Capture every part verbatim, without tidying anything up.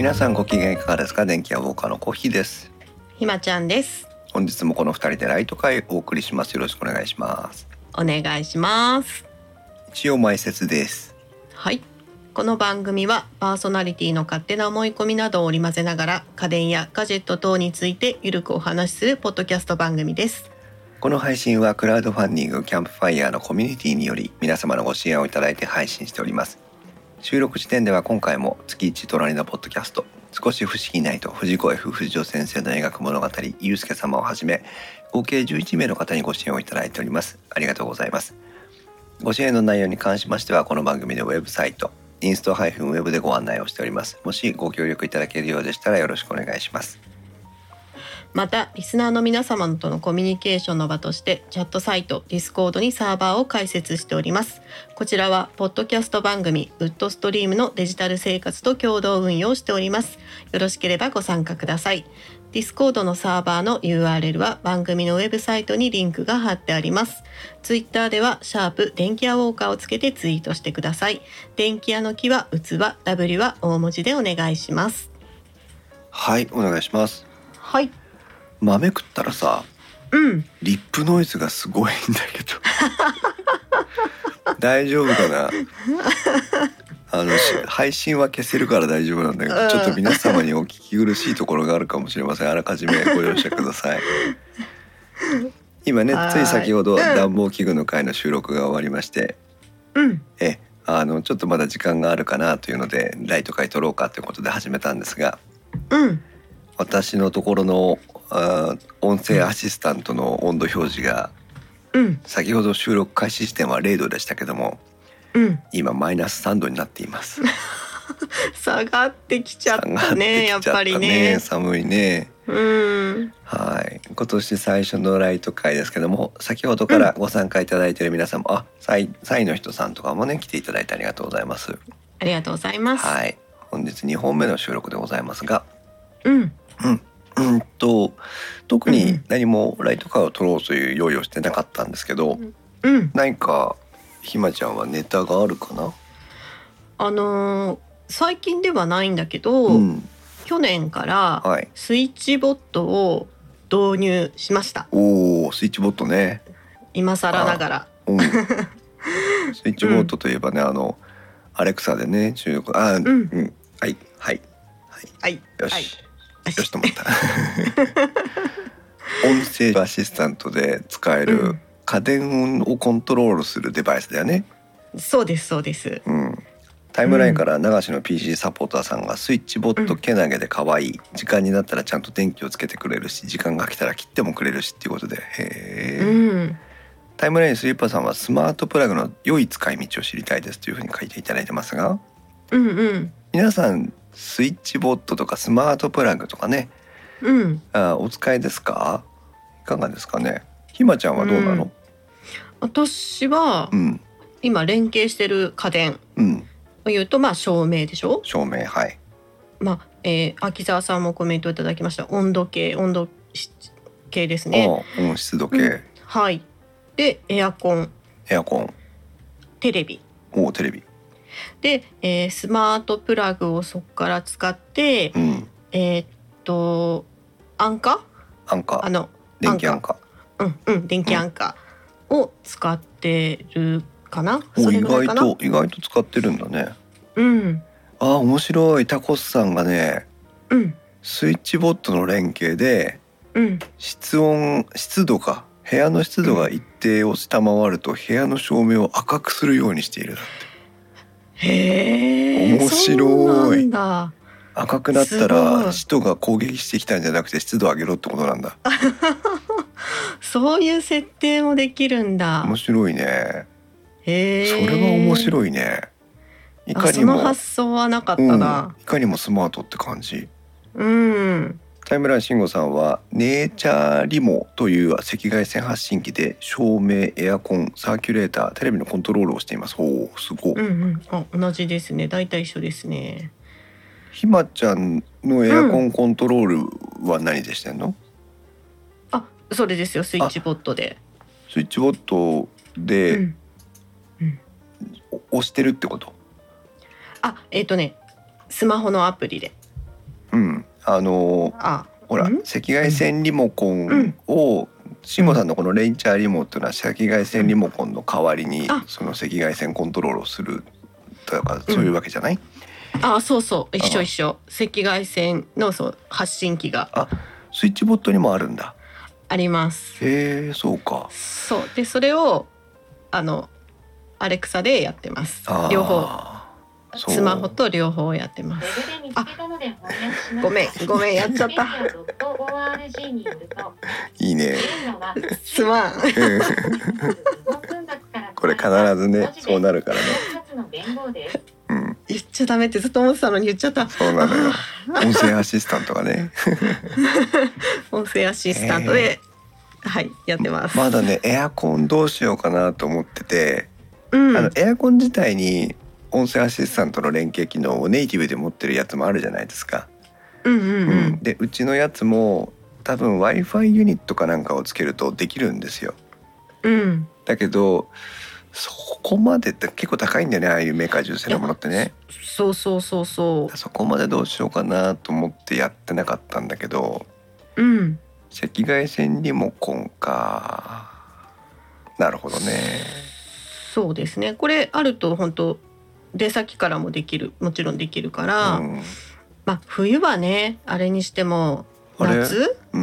皆さんご機嫌いかがですか？電気屋ウォーカーのコーヒーです。 ひまちゃんです。 本日もこのふたりでライト会お送りします。よろしくお願いします。 お願いします。 一応前説です。 はい、この番組はパーソナリティの勝手な思い込みなどを織り交ぜながら家電やガジェット等についてゆるくお話しするポッドキャスト番組です。 この配信はクラウドファンディングキャンプファイヤーのコミュニティにより皆様のご支援をいただいて配信しております。収録時点では今回も月一隣のポッドキャスト少し不思議ないと藤子 F 不二雄先生の描く物語ゆうすけ様をはじめ合計じゅういちめいの方にご支援をいただいております。ありがとうございます。ご支援の内容に関しましてはこの番組のウェブサイトインスト ウェブ でご案内をしております。もしご協力いただけるようでしたらよろしくお願いします。 またリスナーの皆様とのコミュニケーションの場としてチャットサイト Discord にサーバーを開設しております。こちらはポッドキャスト番組ウッドストリームのデジタル生活と共同運用しております。よろしければご参加ください。 Discord のサーバーの ユーアールエル は番組のウェブサイトにリンクが貼ってあります。 Twitter ではシャープ電気屋ウォーカーをつけてツイートしてください。電気屋の木は器、 W は大文字でお願いします。 はい、お願いします。 はい、 豆食ったらさ、 うん、 リップノイズがすごいんだけど大丈夫かな。あの配信は消せるから大丈夫なんだけど、うん、ちょっと皆様にお聞き苦しいところがあるかもしれません。あらかじめご容赦ください今ね、つい先ほど暖房器具の会の収録が終わりまして、うん、えあのちょっとまだ時間があるかなというのでライト会撮ろうかということで始めたんですが、うん、私のところのあ音声アシスタントの温度表示が、うん、先ほど収録開始時点はれいどでしたけども、うん、今マイナスさんどになっています下がってきちゃったね、やっぱりね。 寒いね。うん、はい、今年最初のライト会ですけども、先ほどからご参加いただいている皆さんも、うん、あ、サイ、サイの人さんとかもね来ていただいてありがとうございます。 ありがとうございます。 はい、本日にほんめの収録でございますが、 うんうんうんと特に何もライト会を撮ろうという用意をしてなかったんですけど、うん、何かひまちゃんはネタがあるかな？ あのー、最近ではないんだけど、うん、去年からスイッチボットを導入しました。 おー、スイッチボットね。 今更ながら、 うん、スイッチボットといえばね、あのアレクサでね中国あ、うんうん、はいはいはい、よし、はい、よしと思った音声アシスタントで使える家電をコントロールするデバイスだよね。 そうですそうです、うん、 タイムラインから流しの ピーシー サポーターさんがスイッチボットけなげで可愛い、時間になったらちゃんと電気をつけてくれるし、時間が来たら切ってもくれるしっていうことで、へー、うん、タイムラインスリッパーさんはスマートプラグの良い使い道を知りたいですというふうに書いていただいてますが、うんうん、皆さんスイッチボットとかスマートプラグとかね、うん、あお使いですか？いかがですかね。ひまちゃんはどうなの？うん、 私は、うん、今連携してる家電を言うと、まあ照明でしょ。 照明、はい。 まあ、えー、秋沢さんもコメントいただきました温度計、温度計ですね。 ああ、温湿度計、うん、 はい。でエアコン、 エアコン、 テレビ、 おテレビで、えー、スマートプラグをそこから使って、うん、えー、っとアンカアンカあの電気アンカうんうん電気アンカを使ってるかな、 うん、お意外と意外と使ってるんだね。うんあ面白い。タコスさんがね、うん、スイッチボットの連携で、うん、室温湿度が部屋の湿度が一定を下回ると部屋の照明を赤くするようにしているだって。 へー、 面白い。 そうなんだ。 赤くなったら湿度が攻撃してきたんじゃなくて湿度を上げろってことなんだそういう設定もできるんだ。 面白いね。 へー、 それは面白いね。いかにもその発想はなかったな、 うん、いかにもスマートって感じ。 うん。 タイムライン慎吾さんはネイチャーリモという赤外線発信機で照明、エアコン、サーキュレーター、テレビのコントロールをしています。おー、すごい、 うんうん、あ同じですね。大体一緒ですね。 ひまちゃんのエアコンコントロールは何でしてんの？うん、 あそれですよ、スイッチボットで。 スイッチボットで、うんうん、押してるってこと？ あえっとねスマホのアプリで。 あのあ、 ほら、 ん赤外線リモコンを、慎吾さんのこのレイチャーリモっていうのは赤外線リモコンの代わりにあその赤外線コントロールをするとかそういうわけじゃない？ あ、そうそう一緒一緒。赤外線のそう発信機があ、スイッチボットにもあるんだ。 あります。 へえ、そうか。 そうでそれをあのアレクサでやってます。 あー両方そうスマホと両方やってます。あ、ごめんごめんやっちゃった。 いいね。 すまん。 これ必ずねそうなるからね。うん、 言っちゃダメってずっと思ってたのに言っちゃった。 そうなのよ。音声アシスタントがね。 音声アシスタントで、はいやってます。 まだねエアコンどうしようかなと思ってて、 うん、 あのエアコン自体に音声アシスタントの連携機能をネイティブで持ってるやつもあるじゃないですか。 うんうんうん。 うん、でうちのやつも多分 Wi-Fi ユニットかなんかをつけるとできるんですよ。 うん。 だけどそこまでって結構高いんだよね、ああいうメーカー純正のものってね。 そうそうそうそう。 そこまでどうしようかなと思ってやってなかったんだけど、 うん。 赤外線リモコンか。なるほどね。 そうですね。これあると本当出先からもできる、もちろんできるから、 うん、 まあ冬はねあれにしても夏、 うん、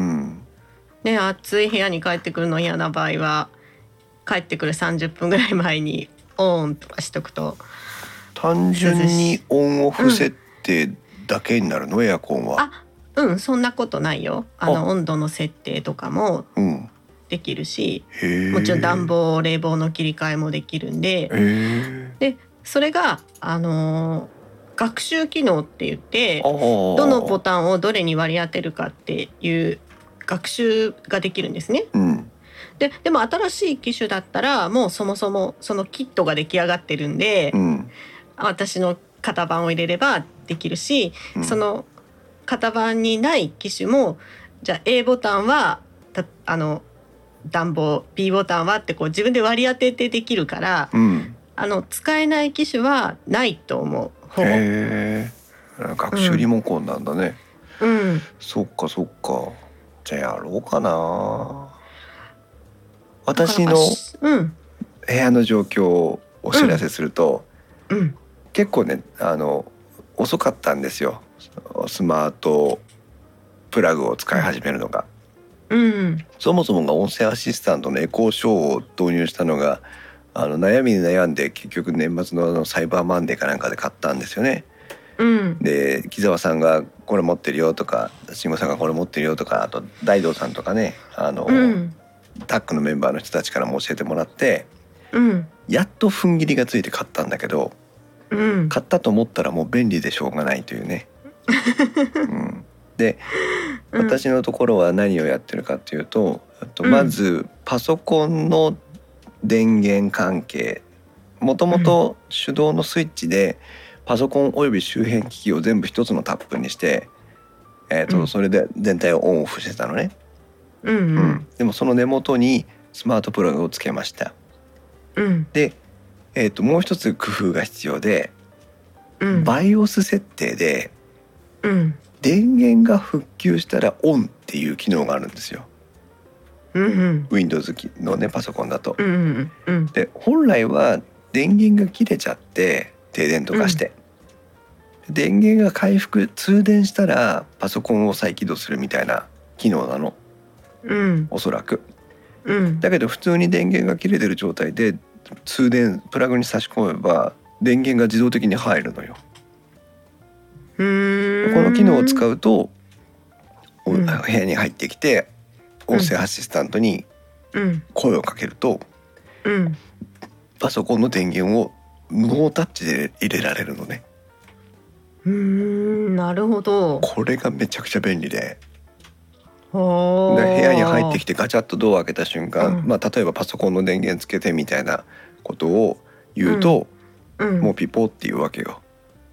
ね暑い部屋に帰ってくるの嫌な場合は帰ってくるさんじゅっぷんぐらい前にオンとかしとくと。 単純にオンオフ設定だけになるの、うん、エアコンは。 あ、うん、そんなことないよ。あの温度の設定とかもできるし、うん、もちろん暖房冷房の切り替えもできるんで、でそれが、あのー、学習機能って言ってどのボタンをどれに割り当てるかっていう学習ができるんですね。 うん、 で, でも新しい機種だったらもうそもそもそのキットが出来上がってるんで、うん、私の型番を入れればできるし、うん、その型番にない機種もじゃあ A ボタンはあの暖房 B ボタンはってこう自分で割り当ててできるから、うん、あの使えない機種はないと思う。ほぼ。 へー、学習リモコンなんだね。うん、そっかそっか。じゃあやろうかな。私の部屋の状況をお知らせすると、うんうん、結構ねあの遅かったんですよ、スマートプラグを使い始めるのが。うん、そもそもが音声アシスタントのエコーショーを導入したのがあの悩みに悩んで結局年末 の, あのサイバーマンデーかなんかで買ったんですよね。うん、で木澤さんがこれ持ってるよとか慎吾さんがこれ持ってるよとかあと大道さんとかねあの、うん、タッグのメンバーの人たちからも教えてもらって、うん、やっと踏ん切りがついて買ったんだけど、うん、買ったと思ったらもう便利でしょうがないというね、うん、で私のところは何をやってるかっていうと、うん、まずパソコンの電源関係、もともと手動のスイッチでパソコンおよび周辺機器を全部一つのタップにして、えーとうん、それで全体をオンオフしてたのね。うんうんうん、でもその根元にスマートプラグをつけました。うん、で、えーと、もう一つ工夫が必要で、うん、バイオス 設定で、うん、電源が復旧したらオンっていう機能があるんですよ。うんうん、Windows のねパソコンだと。うんうんうん、で本来は電源が切れちゃって停電とかして、うん、電源が回復通電したらパソコンを再起動するみたいな機能なの。うん、おそらく、うん、だけど普通に電源が切れてる状態で通電プラグに差し込めば電源が自動的に入るのよ。うーん、この機能を使うと、うん、部屋に入ってきて音声アシスタントに声をかけると、うん、パソコンの電源をノータッチで入れられるのね。うーん、なるほど。これがめちゃくちゃ便利で、で部屋に入ってきてガチャッとドアを開けた瞬間、うん、まあ、例えばパソコンの電源つけてみたいなことを言うと、うんうん、もうピポっていうわけよ。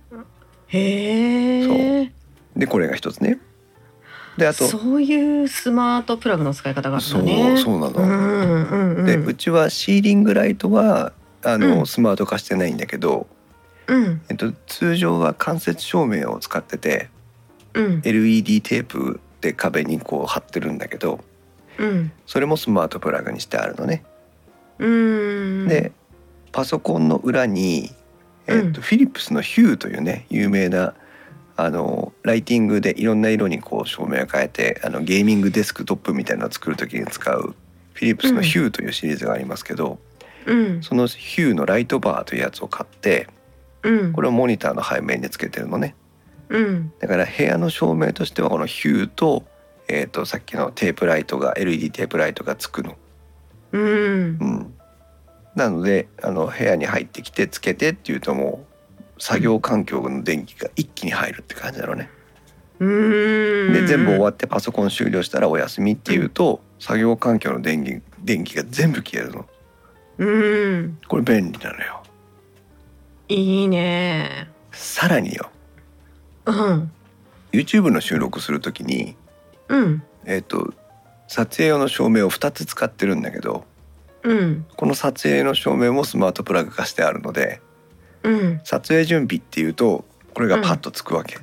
へー。そうでこれが一つね。であとそういうスマートプラグの使い方があるのね。そうそうなの、うんうんうん、でうちはシーリングライトはあの、うん、スマート化してないんだけど、うん、えっと、通常は間接照明を使ってて、 うんエルイーディー テープで壁にこう貼ってるんだけど、 うん、 それもスマートプラグにしてあるのね。 うーん、 でパソコンの裏に、えーとうんフィリップスのヒューというね有名なあのライティングでいろんな色にこう照明を変えてあのゲーミングデスクトップみたいなのを作る時に使うフィリップスのヒューというシリーズがありますけど、 うん、 そのヒューのライトバーというやつを買ってうん、 これをモニターの背面につけてるのね。 うん、 だから部屋の照明としてはこのヒューと、えーとさっきのテープライトが エルイーディー テープライトがつくの。 うん、 うんなのであの部屋に入ってきてつけてっていうともう作業環境の電気が一気に入るって感じだろうね。 うーん、 で全部終わってパソコン終了したらお休みっていうと作業環境の電気電気が全部消えるの。 うん、 これ便利なのよ。 いいね。 さらにようん、 YouTube の収録するときにうん、 えっと撮影用の照明をふたつ使ってるんだけどうん、 この撮影の照明もスマートプラグ化してあるのでうん、 撮影準備っていうとこれがパッとつくわけ、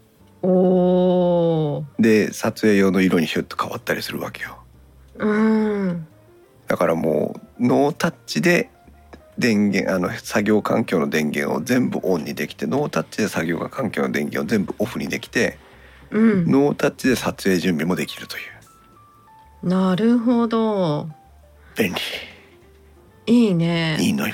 おー、 で撮影用の色にヒュッと変わったりするわけよ。 うん、 だからもうノータッチで電源あの作業環境の電源を全部オンにできてノータッチで作業環境の電源を全部オフにできてうん、 ノータッチで撮影準備もできるというなるほど、 便利いいね。 いいのよ。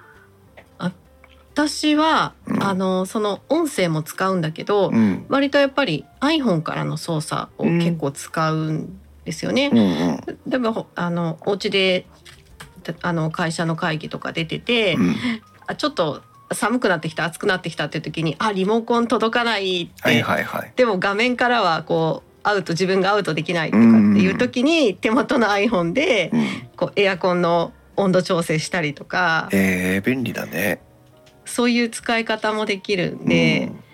私は、 うんあのその音声も使うんだけど、 うん割とやっぱり iPhone からの操作を結構使うんですよね。 うんうんでもあのお家であの会社の会議とか出てて、 うんあちょっと寒くなってきた暑くなってきたっていう時にあリモコン届かないって、 はいはいはいでも画面からはこうアウト自分がアウトできないとかっていう時に手元の iPhone でうんこうエアコンの温度調整したりとか、 えー、便利だね。 そういう使い方もできるんで、 うん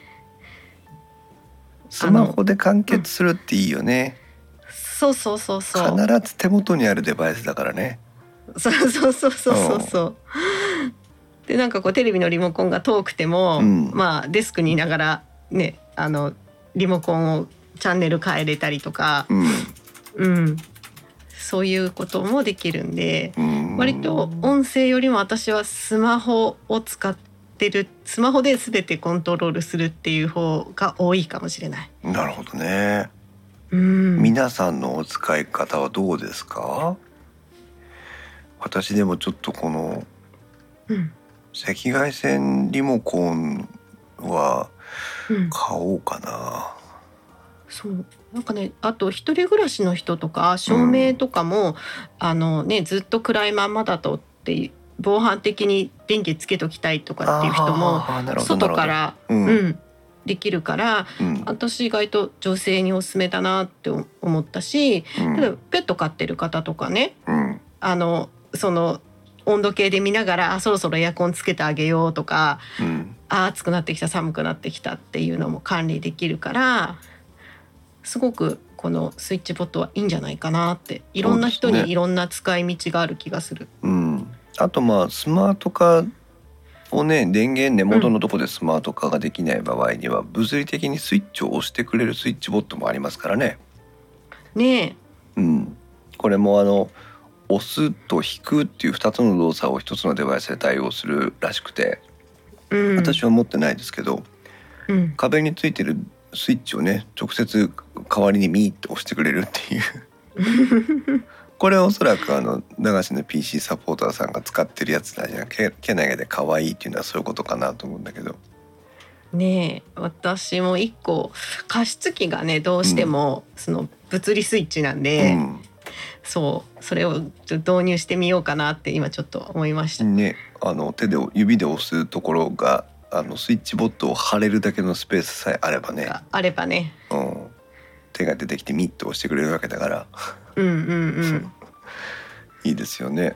スマホで完結するっていいよね。 そうそうそうそう必ず手元にあるデバイスだからね。 そうそうそうそうそうそうでなんかこうテレビのリモコンが遠くても、 うんまあデスクにいながらねあのリモコンをチャンネル変えれたりとか、 うんうん、そういうこともできるんで、 うん割と音声よりも私はスマホを使ってるスマホで全てコントロールするっていう方が多いかもしれない。 なるほどね。 うん、 皆さんのお使い方はどうですか？私でもちょっとこのうん赤外線リモコンはうん、 買おうかな。 そうなんかねあと一人暮らしの人とか照明とかも、うん、あのねずっと暗いまんまだとって防犯的に電気つけときたいとかっていう人も外から、うんうん、できるから、うん、私意外と女性におすすめだなって思ったし、うん、例えばペット飼ってる方とかね、うん、あのその温度計で見ながらあそろそろエアコンつけてあげようとか、うん、あ暑くなってきた寒くなってきたっていうのも管理できるからすごくこのスイッチボットはいいんじゃないかなっていろんな人にいろんな使い道がある気がする。 うん、あとまあスマート化をね電源根元のとこでスマート化ができない場合には、うん、物理的にスイッチを押してくれるスイッチボットもありますからね。 ねえ、 うん、これもあの押すと引くっていうふたつの動作をひとつのデバイスで対応するらしくて、うん、私は持ってないですけど、うん、壁についてるスイッチをね直接代わりにミーッと押してくれるっていうこれはおそらくあの流しの ピーシー サポーターさんが使ってるやつだじゃん。けけなげで可愛いっていうのはそういうことかなと思うんだけどねえ私もいっこ加湿器がねどうしてもその物理スイッチなんで、うん、そうそれを導入してみようかなって今ちょっと思いましたね。あの手で指で押すところがあのスイッチボットを貼れるだけのスペースさえあればねあればね、 うん、手が出てきてミッと押してくれるわけだからうんうんうんいいですよね。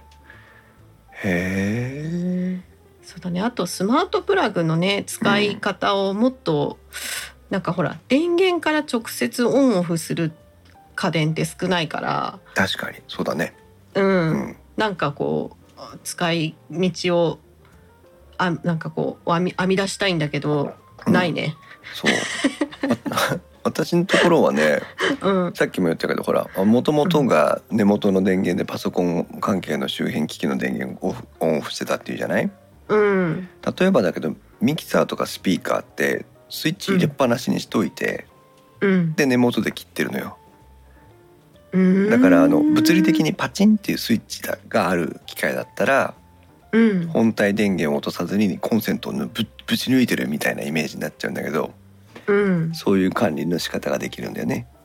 へえ。 そうだね。あとスマートプラグのね使い方をもっと、うん、なんかほら電源から直接オンオフする家電って少ないから確かにそうだね、 うん、うん、なんかこう使い道をあなんかこう編み、編み出したいんだけど、うん、ないね。 そう私のところはね、 うん、 さっきも言ったけどほらもともとが根元の電源でパソコン関係の周辺機器の電源をオフオンオフしてたっていうじゃない。 うん、 例えばだけどミキサーとかスピーカーってスイッチ入れっぱなしにしといて、 うん、 で根元で切ってるのよ。 うん、 だからあの物理的にパチンっていうスイッチがある機械だったら、 うん、 本体電源を落とさずにコンセントをぶぶち抜いてるみたいなイメージになっちゃうんだけど、 うん、 そういう管理の仕方ができるんだよね。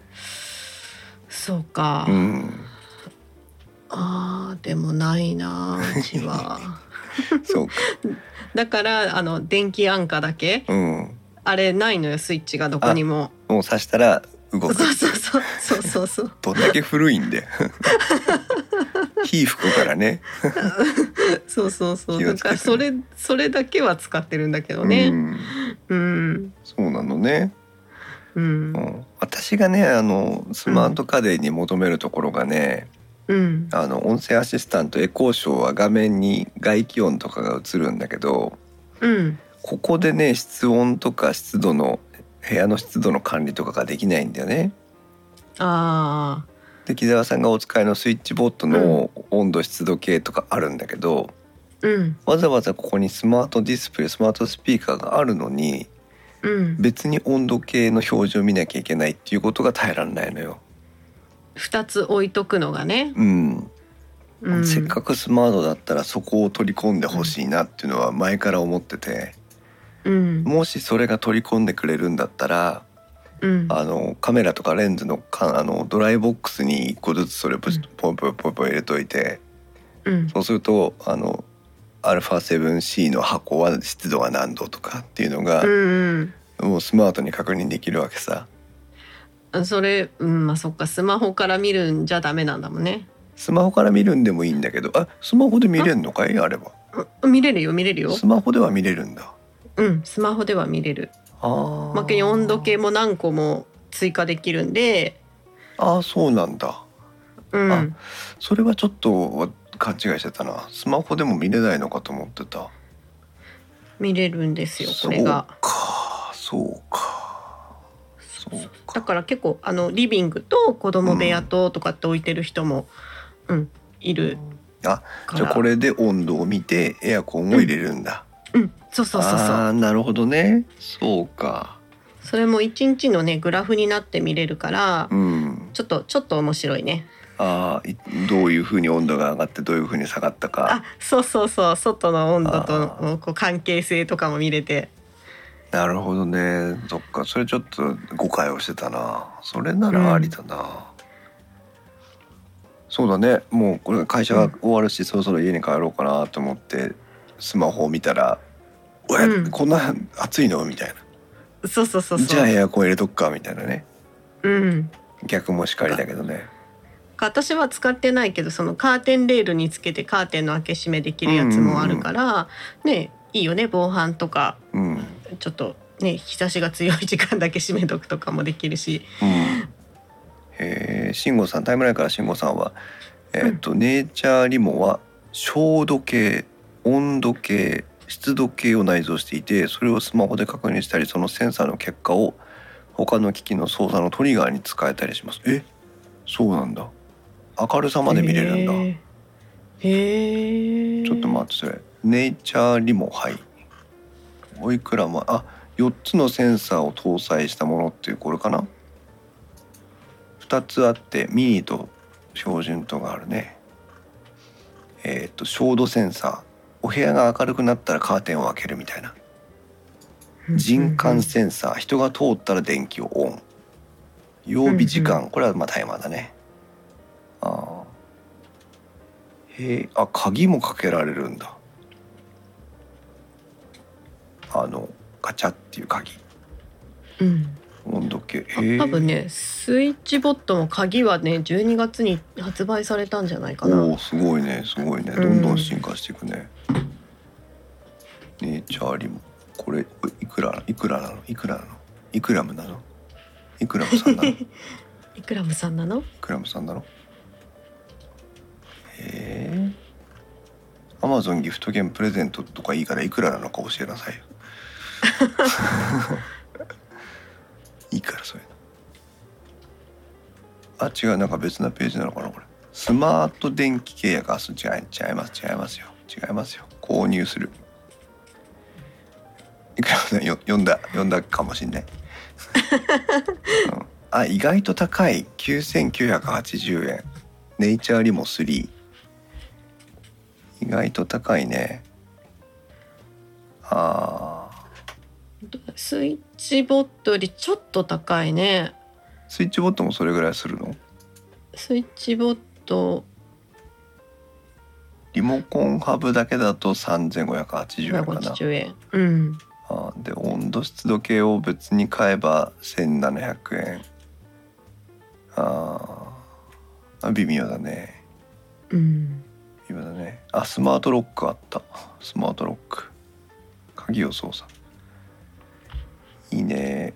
そうか、 うん、 あーでもないなうちはそうかだからあの電気安価だけ、 うん、 あれないのよスイッチがどこにも。 もう刺したら動く。 そうそうそうそうそうそうどんだけ古いんで火吹くからねそうそうそう、 気をつけてね。 だからそれそれだけは使ってるんだけどね。 うん、 うん、 そうなのね。 うん、 うん、私がねあのスマート家電に求めるところがね、 うん、 あの音声アシスタントエコーショーは画面に外気温とかが映るんだけど、 うん、 ここでね室温とか湿度の部屋の湿度の管理とかができないんだよね。 あで木澤さんがお使いのスイッチボットの温度湿度計とかあるんだけど、 ー、うん、 わざわざここにスマートディスプレイスマートスピーカーがあるのにうん、 別に温度計の表示を見なきゃいけないっていうことが耐えられないのよ。 ふたつ置いとくのがね、 うんうん、 せっかくスマートだったらそこを取り込んでほしいなっていうのは前から思ってて、 うん、 もしそれが取り込んでくれるんだったら、 うん、 あのカメラとかレンズのかあのドライボックスにいっこずつそれポうんポンポンポンポン入れといて、 うん、 そうするとあの アルファセブンシー の箱は湿度が何度とかっていうのが、 うんもうスマートに確認できるわけさ。 うん、それ、うん、まあそっかスマホから見るんじゃダメなんだもんね。 スマホから見るんでもいいんだけど、あスマホで見れるのかいあれば。 うん、見れるよ見れるよ。 スマホでは見れるんだ。 うん、スマホでは見れる。 あまけに温度計も何個も追加できるんで、 あそうなんだ。 うん、 あそれはちょっと勘違いしてたな。スマホでも見れないのかと思ってた。 見れるんですよこれが。 そうかそうかそうか。 だから結構あのリビングと子供部屋ととかって置いてる人も、うん、いるあから。 じゃあこれで温度を見てエアコンを入れるんだ。 うん、うん、そうそうそうそう。 ああなるほどね。そうか。 それも一日のねグラフになって見れるから、 うん、 ちょっとちょっと面白いね。 ああどういうふうに温度が上がってどういうふうに下がったか。 あ、そうそうそう、外の温度とのこう関係性とかも見れて。 なるほどね。そっかそれちょっと誤解をしてたな。それならありだな、うん、そうだね。もうこれ会社が終わるし、うん、そろそろ家に帰ろうかなと思ってスマホを見たら「おや、うん、こんな暑いの?」みたいな。 そうそうそうそう。 じゃあエアコン入れとくかみたいなね。 うん。 逆もしかりだけどね。 私は使ってないけどそのカーテンレールにつけてカーテンの開け閉めできるやつもあるから、うんうんうん、ねいいよね。防犯とか、うん、ちょっとね日差しが強い時間だけ閉めとくとかもできるし。うん、 えー、慎吾さんタイムラインから慎吾さんは、えーとうん、ネイチャーリモは照度計温度計湿度計を内蔵していてそれをスマホで確認したりそのセンサーの結果を他の機器の操作のトリガーに使えたりします。えそうなんだ。明るさまで見れるんだ。へえ。 ちょっと待ってそれネイチャーリモはいおいくらもあよっつのセンサーを搭載したものっていうこれかな。ふたつあってミニと標準とがあるね。えっと照度センサーお部屋が明るくなったらカーテンを開けるみたいな。人感センサー人が通ったら電気をオン。曜日時間これはまあタイマーだね。あへえあ鍵もかけられるんだ。あのガチャっていう鍵、 うん、 温度計へ多分ねスイッチボットも鍵はねじゅうにがつに発売されたんじゃないかな。 おすごいねすごいねどんどん進化していくね、うん、ネイチャーリモこれいくらいくらなのいくらなのいくらムなのいくらムさんなのいくらムさんなのいくらムさんなのへえアマゾンギフト券プレゼントとかいいからいくらなのか教えなさいよいいからそういうの。あ違う、なんか別なページなのかなこれ。スマート電気契約。あそう違い違います違いますよ違いますよ購入する。いくらよ読んだ読んだかもしんない、うん、あ意外と高いきゅうせんきゅうひゃくはちじゅうえん。ネイチャーリモスリー意外と高いね。あスイッチボットよりちょっと高いね。 スイッチボットもそれぐらいするの？ スイッチボットリモコンハブだけだとさんぜんごひゃくはちじゅうえんかな。 ごひゃくはちじゅうえん。うん。 あで温度湿度計を別に買えばせんななひゃくえん。ああ微妙だね。 うん微妙だね。あスマートロックあった。スマートロック鍵を操作いいね。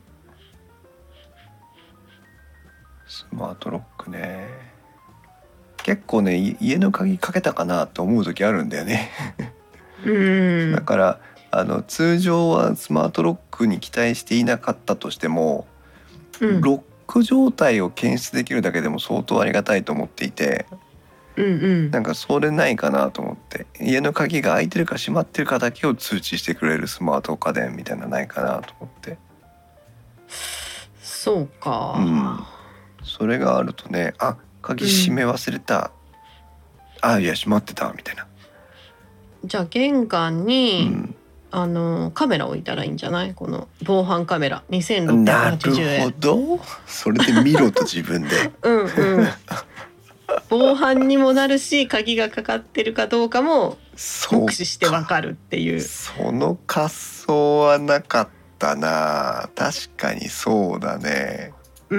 スマートロックね。結構ね家の鍵かけたかなと思う時あるんだよねうんだからあの通常はスマートロックに期待していなかったとしても、うん、ロック状態を検出できるだけでも相当ありがたいと思っていて、 うんうん、 なんかそれないかなと思って、家の鍵が開いてるか閉まってるかだけを通知してくれるスマート家電みたいなのないかなと思って。 そうか、 うん、それがあるとね、あ鍵閉め忘れた、うん、あいや閉まってたみたいな。 じゃあ玄関に、うん、あのカメラ置いたらいいんじゃない？この防犯カメラにせんろっぴゃくはちじゅうえん。 なるほど、それで見ろと自分でうん、うん、防犯にもなるし鍵がかかってるかどうかも目視してわかるっていう。 その発想はなかったな。確かにそうだね。 うん。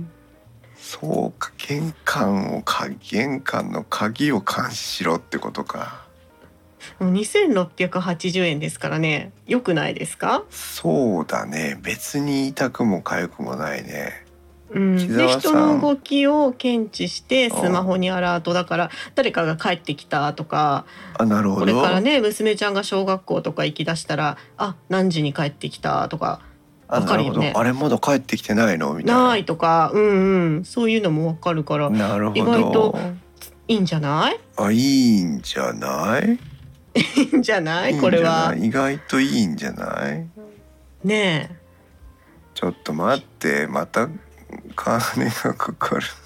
そうか、玄関をか玄関の鍵を監視しろってことか。 もうにせんろっぴゃくはちじゅうえんですからね。良くないですか？ そうだね。別に痛くも痒くもないね。 うん、で人の動きを検知してスマホにアラートだから、誰かが帰ってきたとか、 あなるほど、 これからね娘ちゃんが小学校とか行きだしたら、あ何時に帰ってきたとか分かるよね。 あ, あれまだ帰ってきてないのみたいな。 ないとか、うんうん、そういうのも分かるから、 なるほど、 意外といいんじゃない？ あいいんじゃないいいんじゃない？これは意外といいんじゃないねえ。 ちょっと待って、また金がかかるんだ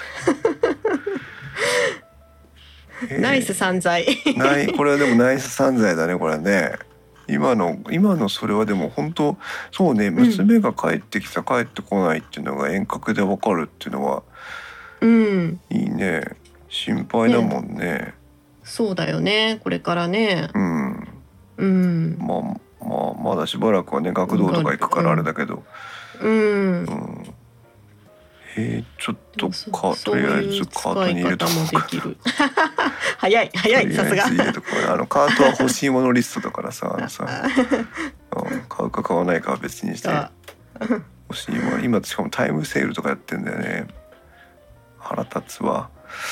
けどナイス散財ないこれはでもナイス散財だねこれね。今の今のそれはでも本当そうね、娘が帰ってきた、うん、帰ってこないっていうのが遠隔でわかるっていうのは、 うん、 いいね。心配だもんね。ね、 そうだよねこれからね。 うんうん、 まあまあまだしばらくはね学童とか行くからあれだけど、 うん、うんうんえー、ちょっとかとりあえずカートに入れとこうかな。 早い早い、さすが。 あのカートは欲しいものリストだからさ、あのさ買うか買わないかは別にして欲しいもの。今しかもタイムセールとかやってんだよね。腹立つわ。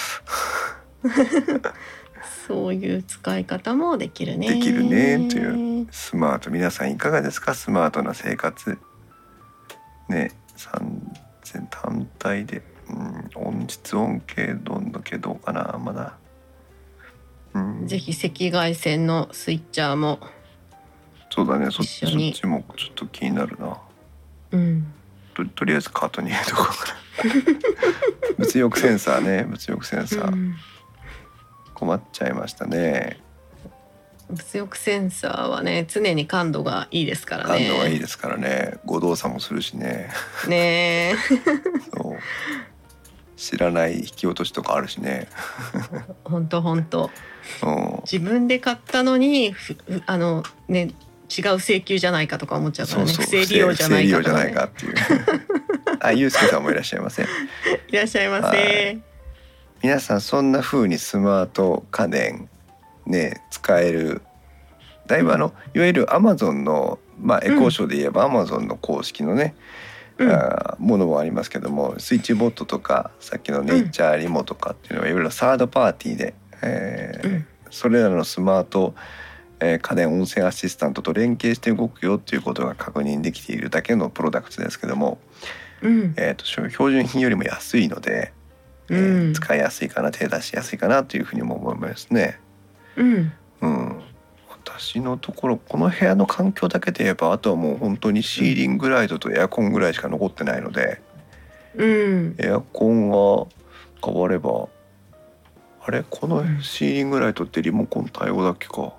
そういう使い方もできるね。 できるねというスマート。皆さんいかがですか？スマートな生活ね。単体で、うん、音質音系どんだけどうかなまだ、 うん、ぜひ赤外線のスイッチャーもそうだね、そ, そっちもちょっと気になるな、 うん、 と, とりあえずカートに入れとこうかな物欲センサーね、物欲センサー、うん、困っちゃいましたね。 物欲センサーはね常に感度がいいですからね。 感度がいいですからね。誤動作もするしね。 ねそう知らない引き落としとかあるしね。 ほんとほんと。自分で買ったのにあのね違う請求じゃないかとか思っちゃうからね。 そうそう不正利用じゃないかとか、ね、 不正利用じゃないかっていうあ、ゆうすけさんもいらっしゃいませ。いらっしゃいませ。 皆さんそんな風にスマート家電ね使える、だいぶあのいわゆるアマゾンの、まあ、エコーショーで言えばアマゾンの公式のね、うん、あものもありますけども、スイッチボットとかさっきのネイチャーリモとかっていうのはいろいろサードパーティーで、えーうん、それらのスマートえー、家電音声アシスタントと連携して動くよということが確認できているだけのプロダクトですけども、 うんえー、と標準品よりも安いので、えーうん使いやすいかな、手出しやすいかなというふうにも思いますね。 うんうん、私のところこの部屋の環境だけで言えば、あとはもう本当にシーリングライトとエアコンぐらいしか残ってないので、 うんエアコンが変われば、あれこのシーリングライトってリモコン対応だっけか。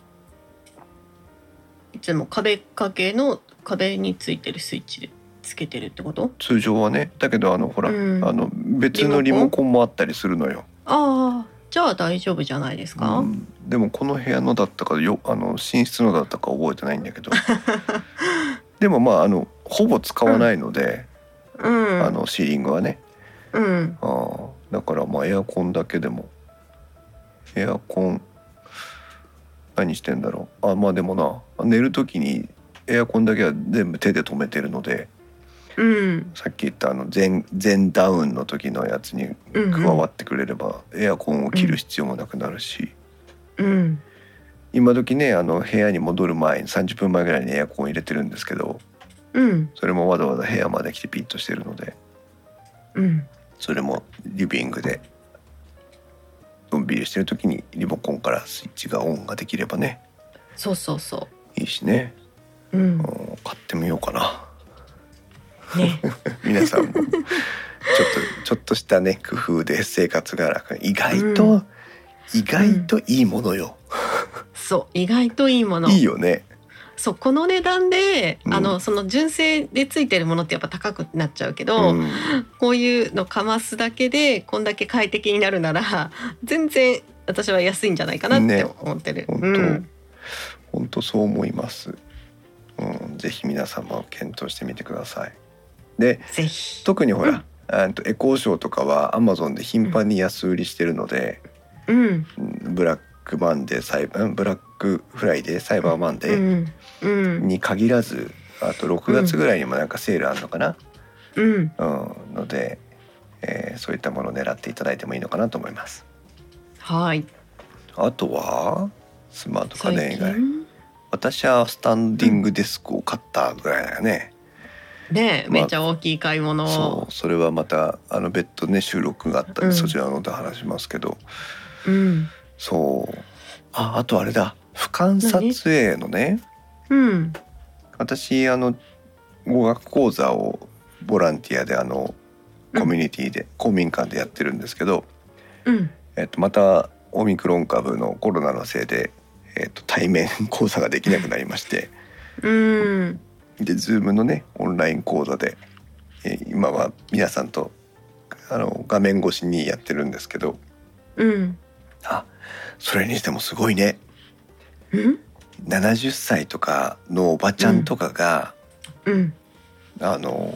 いつも壁掛けの壁についてるスイッチでつけてるってこと？ 通常はね。だけどあのほら、 うんあの別のリモコンもあったりするのよ。 ああ、じゃあ大丈夫じゃないですか？ うん、でもこの部屋のだったかよ、あの寝室のだったか覚えてないんだけどでもまああのほぼ使わないので、 うん、 あのシーリングはね、 うんあーだからまあエアコンだけでも、エアコン何してんだろう。あまあでもな、寝る時にエアコンだけは全部手で止めてるので、 うんさっき言ったあの全全ダウンの時のやつにうん加わってくれれば、エアコンを切る必要もなくなるし、 うん今時ね、あの部屋に戻る前にさんじゅっぷんまえぐらいにエアコン入れてるんですけど、 うんそれもわざわざ部屋まで来てピッとしてるので、 うんそれもリビングでのんびりしてる時にリモコンからスイッチがオンができればね、 そうそうそいいしね、 う、うんうん、買ってみようかなね皆さんもちょっとちょっとしたね工夫で生活が楽、意外と、 うん意外といいものよ、 そう意外といいものいいよね。 そうこの値段で、 うんあのその純正でついてるものってやっぱ高くなっちゃうけど、 うんこういうのかますだけでこんだけ快適になるなら全然私は安いんじゃないかなって思ってる、 本当、 うん本当そう思います、うん、ぜひ皆さんも検討してみてください。でぜひ特にほら、あとエコーショーとかはアマゾンで頻繁に安売りしてるので、 うんうんブラックマンデーサイバーブラックフライデーサイバーマンデーうんうんに限らず、あとろくがつぐらいにもなんかセールあるのかな、 うんうん、ので、えーそういったものを狙っていただいてもいいのかなと思います。 はいあとはスマート家電以外、 最近私はスタンディングデスクを買ったぐらいだよね、 ねえ、 まあめっちゃ大きい買い物。 そうそれはまたあの別途ね収録があったんで、 うんそちらので話しますけど、 うんそうああとあれだ、俯瞰撮影のね、 うん私あの語学講座をボランティアであのコミュニティで、公民館でやってるんですけど、 うんえっと、またオミクロン株のコロナのせいで、えっと、対面講座ができなくなりまして、 うんで Zoom のねオンライン講座で、えー今は皆さんとあの画面越しにやってるんですけど、 うんあそれにしてもすごいね。 うんななじゅっさいとかのおばちゃんとかが、 うんあの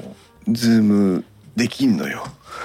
Zoom できんのよ。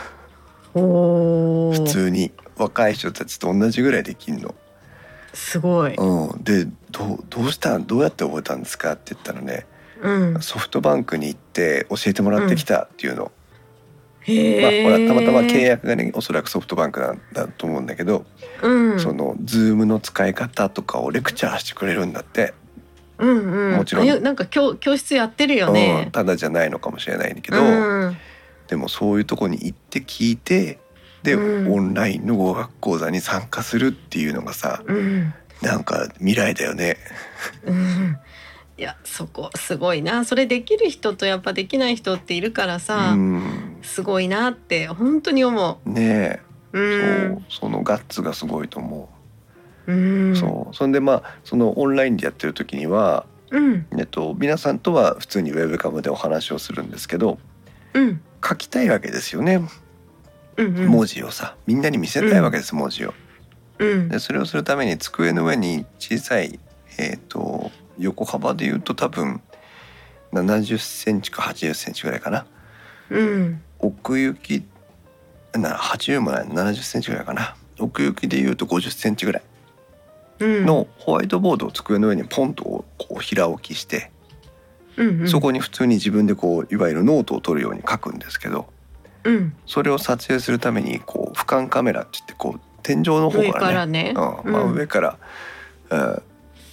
おー普通に若い人たちと同じぐらいできんの。 すごい。 うん、でどうどうしたどうやって覚えたんですかって言ったらね、 うんソフトバンクに行って教えてもらってきたっていうの、 へまあほらえ。 たまたま契約がねおそらくソフトバンクなんだと思うんだけど、 うんその Zoom の使い方とかをレクチャーしてくれるんだって、 うんうん、 もちろんあいやなんか教教室やってるようん、 ね。 ただじゃないのかもしれないんだけど、 うんでもそういうとこに行って聞いてで、 うんオンラインの語学講座に参加するっていうのがさ、 うんなんか未来だよね。 うんいやそこすごいな。それできる人とやっぱできない人っているからさ、 うんすごいなって本当に思ねう。うえ、 んそうそのガッツがすごいと思うんう。そうそんでまあそのオンラインでやってる時には、 うんえっと、皆さんとは普通にウェブカムでお話をするんですけど、 うん書きたいわけですよね、 うんうん文字をさみんなに見せたいわけです、文字を。 うんでそれをするために机の上に小さい、えー、と横幅でいうと多分ななじゅっセンチかはちじゅっセンチぐらいかな、 うん奥行きなはちじゅうもないななじゅっセンチぐらいかな、奥行きでいうとごじゅっセンチぐらいうんのホワイトボードを机の上にポンとこう平置きして、 うんうんそこに普通に自分でこういわゆるノートを取るように書くんですけど、 うんそれを撮影するためにこう俯瞰カメラって言ってこう天井の方上かかららね。 ねうんまあ、上から、えー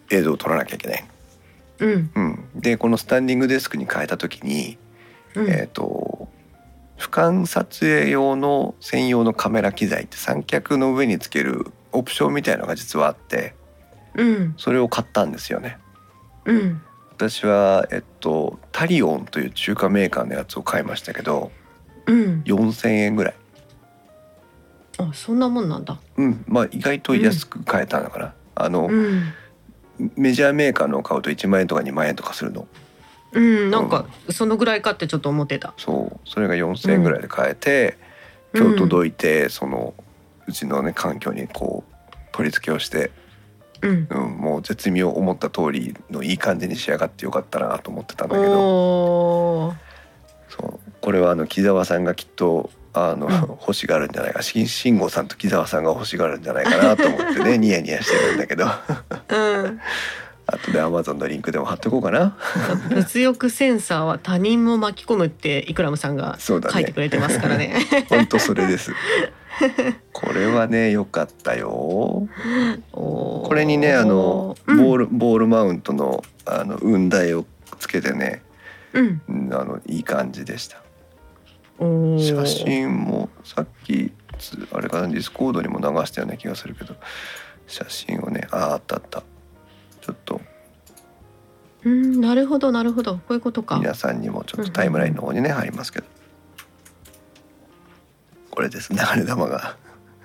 映像を撮らなきゃいけない、 うんうん、でこのスタンディングデスクに変えた時に、 うん、 えーと俯瞰撮影用の専用のカメラ機材って三脚の上につけるオプションみたいのが実はあって、 うん、 それを買ったんですよね。 うん、 私は、えっと、タリオンという中華メーカーのやつを買いましたけど、 うん、 よんせんえんぐらい、 あ、そんなもんなんだ。 うん、まあ意外と安く買えたのかな、あの、 うん、 メジャーメーカーのを買うといちまんえんとかにまんえんとかするの。 うん、なんかそのぐらいかってちょっと思ってた。 そうそれがよんせんえんぐらいで買えて、うん、今日届いて、そのうちのね環境にこう取り付けをして、 うんうん、もう絶妙思った通りのいい感じに仕上がってよかったなと思ってたんだけど、 おー、 そうこれはあの木澤さんがきっとあの、うん、欲しがるんじゃないか、慎吾さんと木澤さんが欲しがるんじゃないかなと思ってねニヤニヤしてるんだけど、うん、あとで Amazon のリンクでも貼っておこうかな。 物欲センサーは他人も巻き込むってイクラムさんが書いてくれてますからね。 本当それです。これはね良かったよ。これにねあのボール、うん、ボールマウントのあの雲台をつけてね、うん、あのいい感じでした。写真もさっきあれかなディスコードにも流したような気がするけど、写真をね あ, あったあったちょっとうん、なるほどなるほど、こういうことか。 皆さんにもちょっとタイムラインの方にね、うん、入りますけど、これです流れ玉が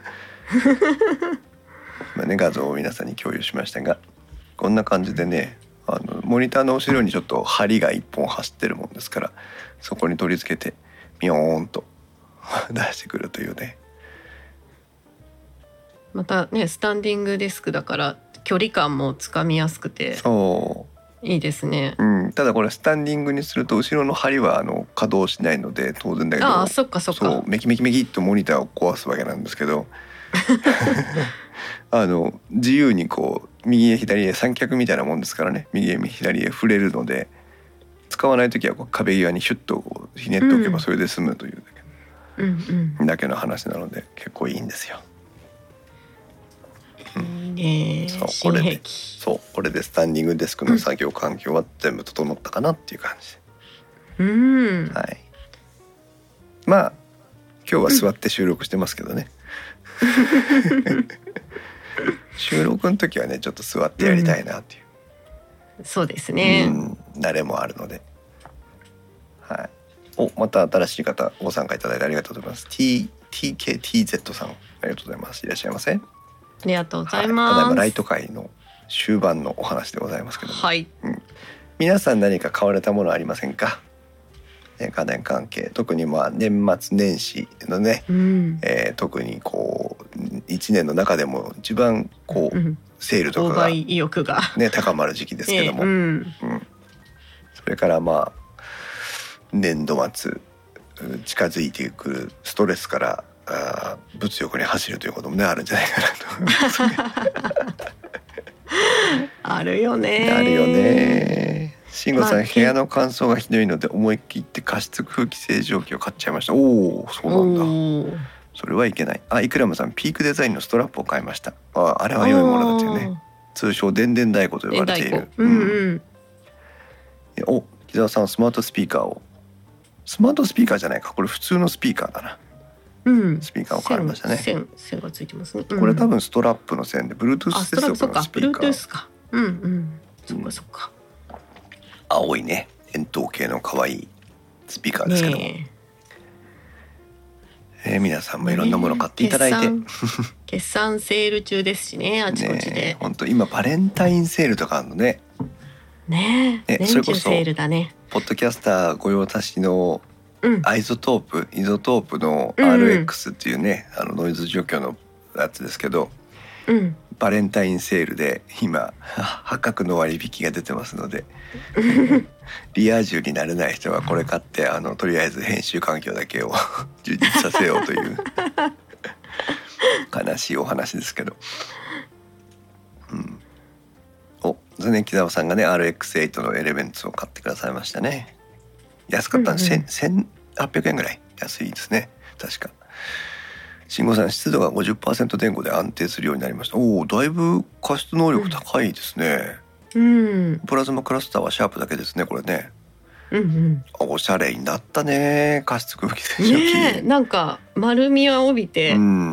今ね画像を皆さんに共有しましたが、こんな感じでねあのモニターの後ろにちょっと針が一本走ってるもんですから、そこに取り付けてミヨーンと出してくるというね。 またねスタンディングデスクだから距離感もつかみやすくてそういいですね、 うん、ただこれスタンディングにすると後ろの針はあの稼働しないので当然だけど、 ああそっかそっか、 そうメキメキメキっとモニターを壊すわけなんですけどあの自由にこう右へ左へ三脚みたいなもんですからね、右へ左へ触れるので、使わないときはこう壁際にシュッとこうひねっておけばそれで済むというだけ、うんうん、だけの話なので結構いいんですよ。 いいね、 そうこれでそうこれでスタンディングデスクの作業環境は全部整ったかなっていう感じで、うん、はい、まあ今日は座って収録してますけどね、うん、収録の時はねちょっと座ってやりたいなっていう、 うん、そうですね、 うん、慣れもあるので、はい、おまた新しい方ご参加いただいてありがとうございます。 T ティーケーティーゼット さんありがとうございます。いらっしゃいませ。 ありがとうございます、 はい、ただいまライト会の終盤のお話でございますけども、 はい、 うん、皆さん何か買われたものありませんか、ね、家電関係特にまあ年末年始のね、うんえー、特にこういちねんの中でも一番こう、うん、セールとかが、ね、 意欲が高まる時期ですけども、えーうんうん、それからまあ年度末近づいてくるストレスからあ物欲に走るということもねあるんじゃないかなと思いますねあるよねあるよね。慎吾さん、まあ、部屋の乾燥がひどいので思い切って加湿空気清浄機を買っちゃいました。おおそうなんだ、それはいけない。あイクラムさんピークデザインのストラップを買いました。 あ, あれは良いものだというね、通称電電太鼓と呼ばれている、うんうん、お木澤さんスマートスピーカーをスマートスピーカーじゃないかこれ普通のスピーカーだな、うん、スピーカーを買いましたね。 線線がついてますね、うん、 これ多分ストラップの線で Bluetooth 接続のスピーカー。 Bluetooth か、うんうんそっかそっか、 うん、青いね円筒形の可愛いスピーカーですけども、ねえー、皆さんもいろんなもの買っていただいて、ね、 決算、決算セール中ですしねあちこちで。 本当、ね、今バレンタインセールとかあるのね。 ねえ、年中セールだね。 ポッドキャスター御用達のアイゾトープ、イゾトープの アールエックス っていうね、うんうん、あのノイズ除去のやつですけど、うん、バレンタインセールで今破格の割引が出てますのでリア充になれない人はこれ買ってあのとりあえず編集環境だけを充実させようという悲しいお話ですけど、うん、おずね木澤さんがね アールエックスエイト のエレメンツを買ってくださいましたね。安かったんで、うんうん、せんはっぴゃくえんぐらい安いですね確か。慎吾さん湿度が ごじゅっパーセント 前後で安定するようになりました。おおだいぶ加湿能力高いですね、 うん、 プラズマクラスターはシャープだけですねこれね。 うんうん、 おしゃれになったね加湿空気清浄機、 ね、なんか丸みは帯びて、 うん、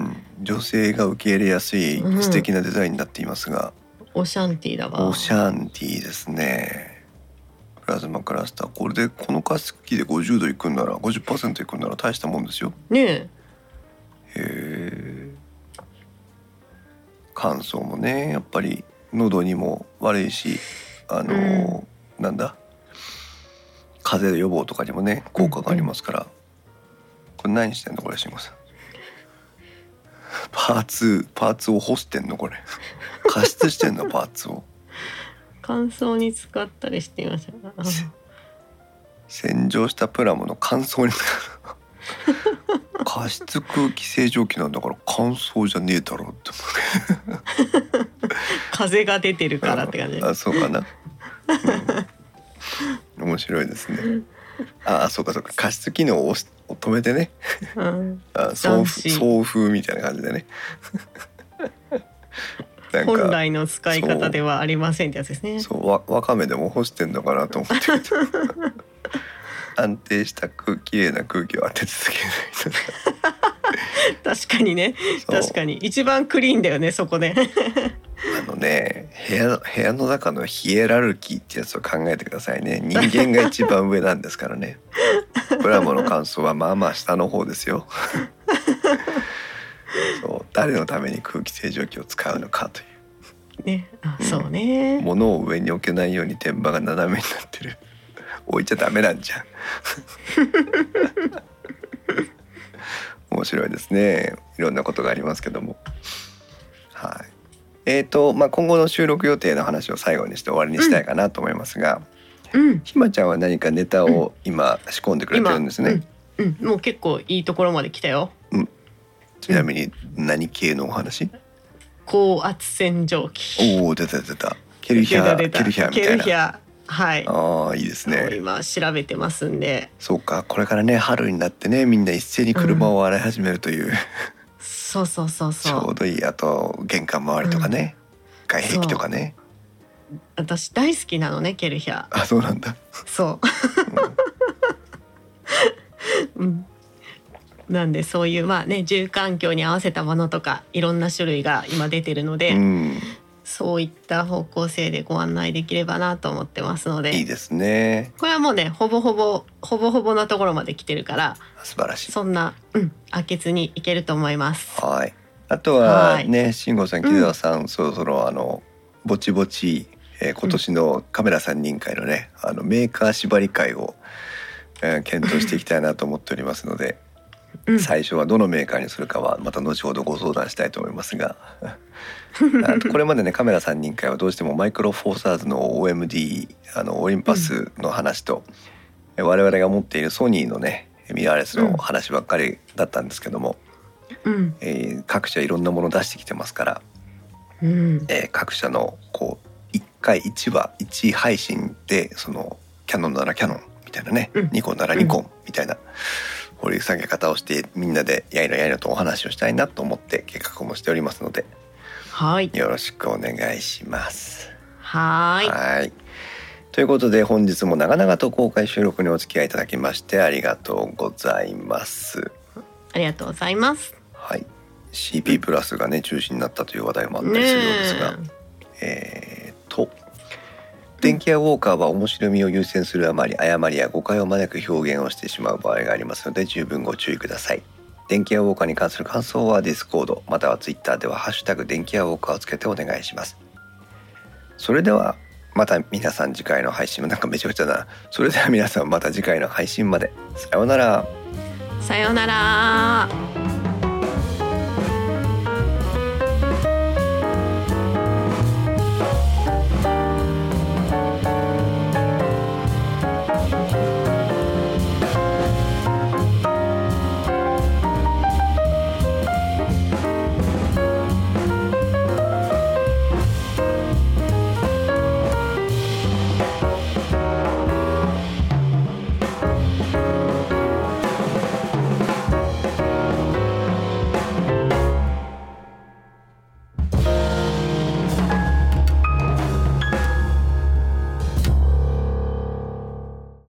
女性が受け入れやすい素敵なデザインになっていますが、 うん、オシャンティーだわ。 オシャンティーですね。プラズマクラスター、これでこの加湿器でごじゅうどいくんなら ごじゅっパーセント いくんなら大したもんですよねえ。 へえ。乾燥もねやっぱり喉にも悪いし、あの、うん、なんだ風邪予防とかにもね効果がありますから、うんうん、これ何してんのこれ慎吾さん。パーツパーツを干してんのこれ加湿してんのパーツを乾燥に使ったりしていました。 洗浄したプラモの乾燥に加湿空気清浄機なんだから乾燥じゃねえだろうって風が出てるからって感じ。 あ、そうかな、うん、面白いですね。あ、そうかそうか、加湿機能を止めてね、うん、あ、送風、送風みたいな感じでねなんか本来の使い方ではありませんってやつですね。 そう、わ、わかめでも干してんのかなと思って安定した空きれいな空気を当て続けないと確かにね、確かに一番クリーンだよねそこであのね、部屋、部屋の中のヒエラルキーってやつを考えてくださいね。人間が一番上なんですからねプラモの乾燥はまあまあ下の方ですよそう、誰のために空気清浄機を使うのかというね、あ、そうね、 物を上に置けないように天板が斜めになってる置いちゃダメなんじゃん面白いですね。いろんなことがありますけども、はい、えーとまあ、今後の収録予定の話を最後にして終わりにしたいかなと思いますが、うん、ひまちゃんは何かネタを今仕込んでくれてるんですね。 うんうん、もう結構いいところまで来たよ、うん、 ちなみに何系のお話？ 高圧洗浄機。 おお、出た出た。ケルヒャー、ケルヒャーみたいな。ケルヒャー、 はい。 ああ、いいですね。 今調べてますんで。 そうか、これからね春になってねみんな一斉に車を洗い始めるという、うん、 そうそうそうそう。 ちょうどいい。あと玄関周りとかね、うん、外壁とかね。 私大好きなのねケルヒャー。 あ、そうなんだ。 そう、うん、なんでそういうまあね住環境に合わせたものとかいろんな種類が今出てるので、うん、そういった方向性でご案内できればなと思ってますので。 いいですね。 これはもうねほぼほぼほぼほぼなところまで来てるから素晴らしい。 そんな、うん、開けずにいけると思います。 はい。あとはね、慎吾さん、木澤さん、うん、そろそろあのぼちぼち、えー、今年のカメラさんにん会のね、あのメーカー縛り会を、えー、検討していきたいなと思っておりますので、うん、最初はどのメーカーにするかはまた後ほどご相談したいと思いますがあとこれまでねカメラさんにん会はどうしてもマイクロフォーサーズの オーエムディー あのオリンパスの話と、うん、我々が持っているソニーのねミラーレスの話ばっかりだったんですけども、うんえー、各社いろんなもの出してきてますから、うんえー、各社のこういっかいいちわいち配信でそのキャノンならキャノンみたいなね、うん、ニコンならニコンみたいな、うん掘り下げ方をしてみんなでやいのやいのとお話をしたいなと思って計画もしておりますので、 はい、 よろしくお願いします。 はい。 はい。ということで本日も長々と公開収録にお付き合いいただきましてありがとうございます。 ありがとうございます。 はい。シーピー プラスがね中止になったという話題もあったりするようですが、えーと電気屋ウォーカーは面白みを優先するあまり誤りや誤解を招く表現をしてしまう場合がありますので十分ご注意ください。電気屋ウォーカーに関する感想はディスコードまたはツイッターではハッシュタグ電気屋ウォーカーをつけてお願いします。それではまた皆さん次回の配信もなんかめちゃくちゃだな。それでは皆さんまた次回の配信まで。さようなら。 さようなら。